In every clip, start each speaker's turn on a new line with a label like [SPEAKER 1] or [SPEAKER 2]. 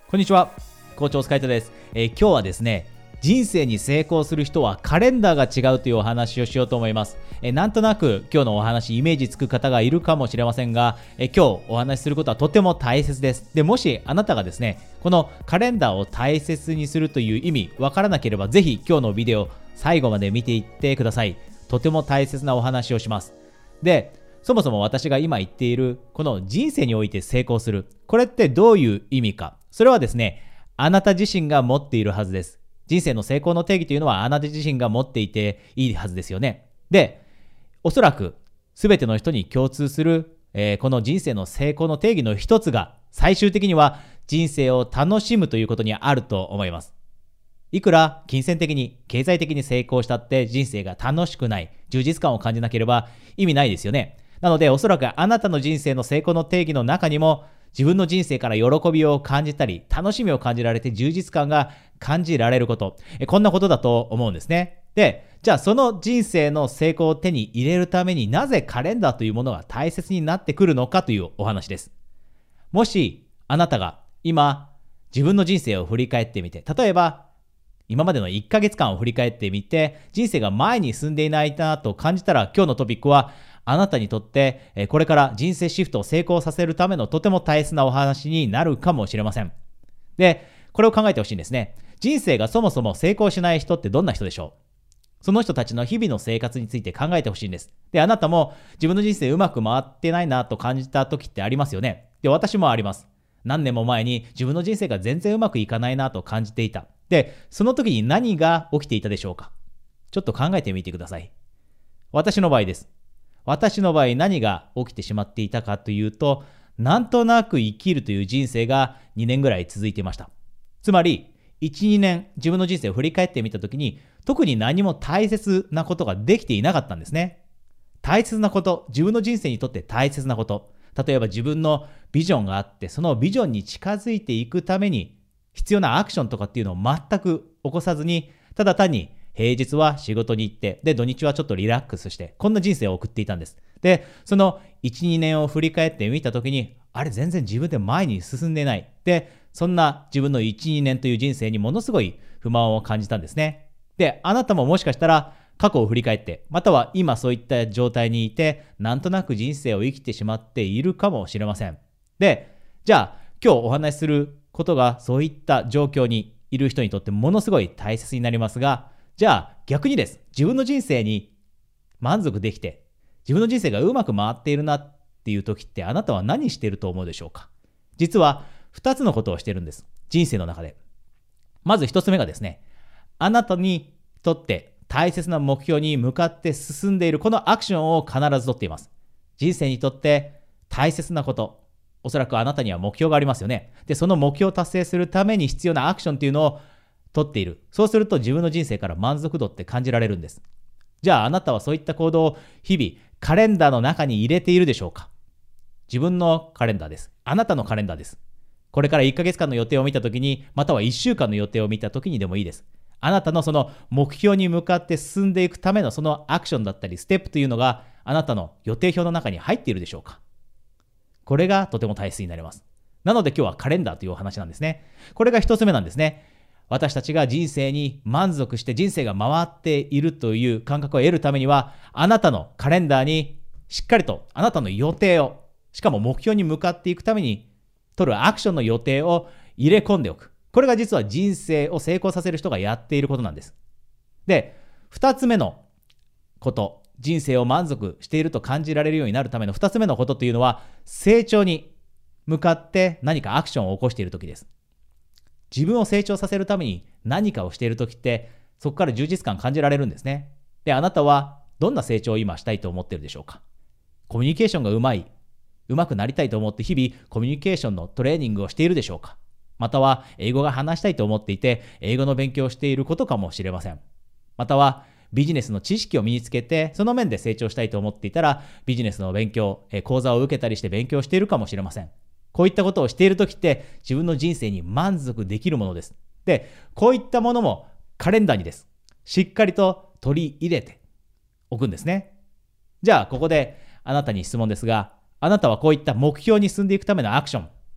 [SPEAKER 1] こんにちは、校長スカイトです。今日はですね、人生に成功する人はカレンダーが違うというお話をしようと思います。なんとなく今日のお話イメージつく方がいるかもしれませんが、今日お話しすることはとても大切です。で、もしあなたがですね、このカレンダーを大切にするという意味わからなければ、ぜひ今日のビデオ最後まで見ていってください。とても大切なお話をします。で、そもそも私が今言っているこの人生において成功する、これってどういう意味か。それはですね、あなた自身が持っているはずです。人生の成功の定義というのはあなた自身が持っていていいはずですよね。で、おそらく全ての人に共通する、この人生の成功の定義の一つが、最終的には人生を楽しむということにあると思います。いくら金銭的に経済的に成功したって人生が楽しくない、充実感を感じなければ意味ないですよね。なのでおそらくあなたの人生の成功の定義の中にも、自分の人生から喜びを感じたり楽しみを感じられて充実感が感じられること、こんなことだと思うんですね。で、じゃあその人生の成功を手に入れるために、なぜカレンダーというものが大切になってくるのかというお話です。もしあなたが今自分の人生を振り返ってみて、例えば今までの1ヶ月間を振り返ってみて、人生が前に進んでいないなと感じたら、今日のトピックはあなたにとってこれから人生シフトを成功させるためのとても大切なお話になるかもしれません。で、これを考えてほしいんですね。人生がそもそも成功しない人ってどんな人でしょう？その人たちの日々の生活について考えてほしいんです。で、あなたも自分の人生うまく回ってないなと感じた時ってありますよね。で、私もあります。何年も前に自分の人生が全然うまくいかないなと感じていた。で、その時に何が起きていたでしょうか？ちょっと考えてみてください。私の場合です。私の場合何が起きてしまっていたかというと、なんとなく生きるという人生が2年ぐらい続いていました。つまり、1、2年自分の人生を振り返ってみたときに、特に何も大切なことができていなかったんですね。大切なこと、自分の人生にとって大切なこと。例えば自分のビジョンがあって、そのビジョンに近づいていくために必要なアクションとかっていうのを全く起こさずに、ただ単に平日は仕事に行って、で、土日はちょっとリラックスして、こんな人生を送っていたんです。で、その1、2年を振り返ってみたときに、あれ全然自分で前に進んでない。で、そんな自分の1、2年という人生にものすごい不満を感じたんですね。で、あなたももしかしたら過去を振り返って、または今そういった状態にいて、なんとなく人生を生きてしまっているかもしれません。で、じゃあ今日お話しすることがそういった状況にいる人にとってものすごい大切になりますが、じゃあ逆にです。自分の人生に満足できて、自分の人生がうまく回っているなっていう時って、あなたは何していると思うでしょうか？実は2つのことをしているんです。人生の中で。まず1つ目がですね、あなたにとって大切な目標に向かって進んでいるこのアクションを必ずとっています。人生にとって大切なこと、おそらくあなたには目標がありますよね。で、その目標を達成するために必要なアクションっていうのを取っている。そうすると自分の人生から満足度って感じられるんです。じゃああなたはそういった行動を日々カレンダーの中に入れているでしょうか？自分のカレンダーです。あなたのカレンダーです。これから1ヶ月間の予定を見たときに、または1週間の予定を見たときにでもいいです。あなたのその目標に向かって進んでいくためのそのアクションだったりステップというのがあなたの予定表の中に入っているでしょうか？これがとても大切になります。なので今日はカレンダーというお話なんですね。これが1つ目なんですね。私たちが人生に満足して人生が回っているという感覚を得るためには、あなたのカレンダーにしっかりとあなたの予定を、しかも目標に向かっていくために取るアクションの予定を入れ込んでおく。これが実は人生を成功させる人がやっていることなんです。で、2つ目のこと、人生を満足していると感じられるようになるための2つ目のことというのは、成長に向かって何かアクションを起こしている時です。自分を成長させるために何かをしているときって、そこから充実感感じられるんですね。で、あなたはどんな成長を今したいと思っているでしょうか？コミュニケーションがうまくなりたいと思って日々コミュニケーションのトレーニングをしているでしょうか？または英語が話したいと思っていて英語の勉強をしていることかもしれません。またはビジネスの知識を身につけてその面で成長したいと思っていたらビジネスの勉強、講座を受けたりして勉強しているかもしれません。こういったことをしているときって自分の人生に満足できるものです。で、こういったものもカレンダーにです。しっかりと取り入れておくんですね。じゃあここであなたに質問ですが、あなたはこういった目標に進んでいくためのアクション、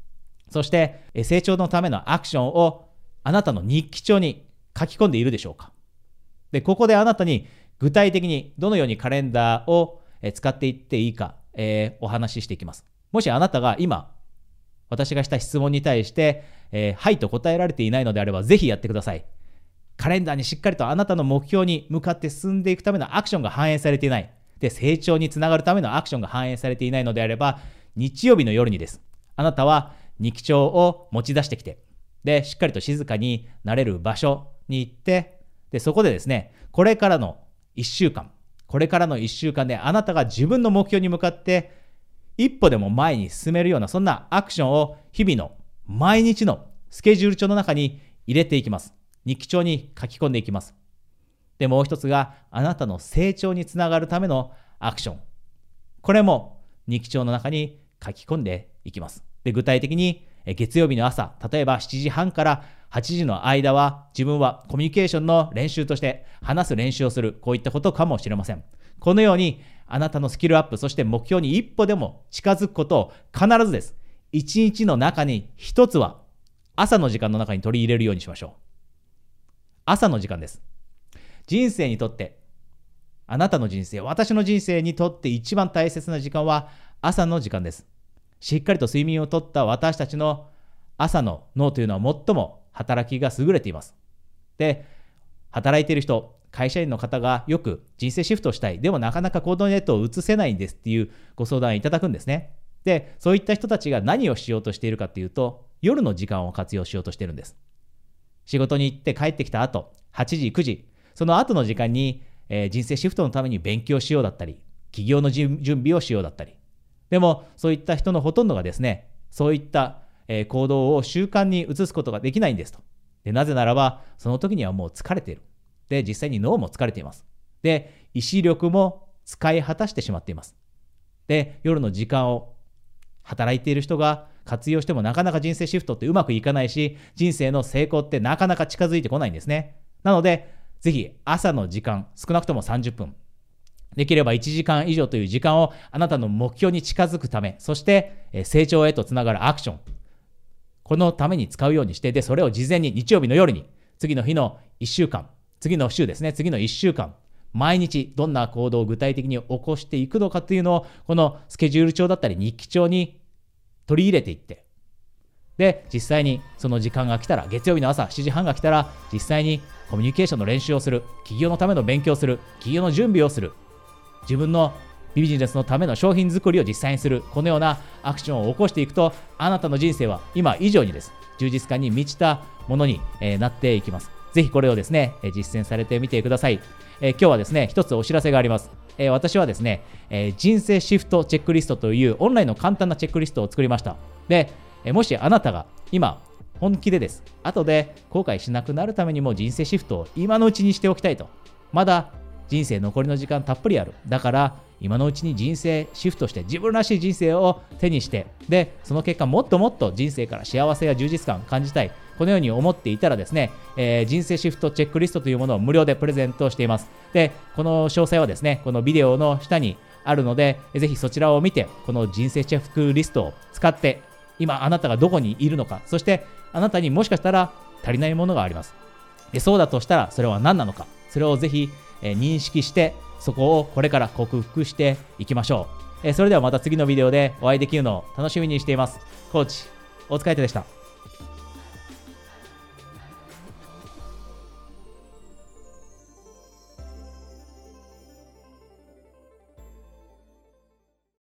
[SPEAKER 1] そして成長のためのアクションをあなたの日記帳に書き込んでいるでしょうか。で、ここであなたに具体的にどのようにカレンダーを使っていっていいか、お話ししていきます。もしあなたが今私がした質問に対して、はいと答えられていないのであれば、ぜひやってください。カレンダーにしっかりとあなたの目標に向かって進んでいくためのアクションが反映されていない。で、成長につながるためのアクションが反映されていないのであれば、日曜日の夜にです。あなたは日記帳を持ち出してきて、で、しっかりと静かになれる場所に行って、で、そこでですね、これからの1週間であなたが自分の目標に向かって一歩でも前に進めるような、そんなアクションを日々の毎日のスケジュール帳の中に入れていきます。日記帳に書き込んでいきます。で、もう一つがあなたの成長につながるためのアクション。これも日記帳の中に書き込んでいきます。で、具体的に月曜日の朝、例えば7時半から8時の間は自分はコミュニケーションの練習として話す練習をする。こういったことかもしれません。このようにあなたのスキルアップ、そして目標に一歩でも近づくことを必ずです。一日の中に一つは朝の時間の中に取り入れるようにしましょう。朝の時間です。人生にとって、あなたの人生、私の人生にとって一番大切な時間は朝の時間です。しっかりと睡眠をとった私たちの朝の脳というのは最も働きが優れています。で、働いている人、会社員の方がよく人生シフトしたい、でもなかなかコーディネートを移せないんですっていうご相談いただくんですね。で、そういった人たちが何をしようとしているかっていうと、夜の時間を活用しようとしているんです。仕事に行って帰ってきた後、8時、9時、その後の時間に、人生シフトのために勉強しようだったり、起業の準備をしようだったり。でも、そういった人のほとんどがですね、そういった、行動を習慣に移すことができないんですと。で、なぜならば、その時にはもう疲れている。で、実際に脳も疲れています。で、意志力も使い果たしてしまっています。で、夜の時間を働いている人が活用してもなかなか人生シフトってうまくいかないし、人生の成功ってなかなか近づいてこないんですね。なので、ぜひ朝の時間、少なくとも30分、できれば1時間以上という時間をあなたの目標に近づくため、そして成長へとつながるアクション、このために使うようにして、で、それを事前に日曜日の夜に、次の日の1週間、次の週ですね、次の1週間、毎日どんな行動を具体的に起こしていくのかというのを、このスケジュール帳だったり日記帳に取り入れていって、で、実際にその時間が来たら、月曜日の朝7時半が来たら、実際にコミュニケーションの練習をする、起業のための勉強をする、起業の準備をする、自分のビジネスのための商品作りを実際にする、このようなアクションを起こしていくと、あなたの人生は今以上にです、充実感に満ちたものになっていきます。ぜひこれをですね、実践されてみてください。今日はですね、一つお知らせがあります。私はですね、人生シフトチェックリストというオンラインの簡単なチェックリストを作りました。で、もしあなたが今本気でです、後で後悔しなくなるためにも人生シフトを今のうちにしておきたいと。まだ人生残りの時間たっぷりある。だから今のうちに人生シフトして自分らしい人生を手にして、で、その結果もっともっと人生から幸せや充実感感じたい。このように思っていたらですね、人生シフトチェックリストというものを無料でプレゼントしています。で、この詳細はですね、このビデオの下にあるので、ぜひそちらを見て、この人生チェックリストを使って、今あなたがどこにいるのか、そしてあなたにもしかしたら足りないものがあります。で、そうだとしたらそれは何なのか、それをぜひ認識して、そこをこれから克服していきましょう。それではまた次のビデオでお会いできるのを楽しみにしています。コーチ、大塚愛斗でした。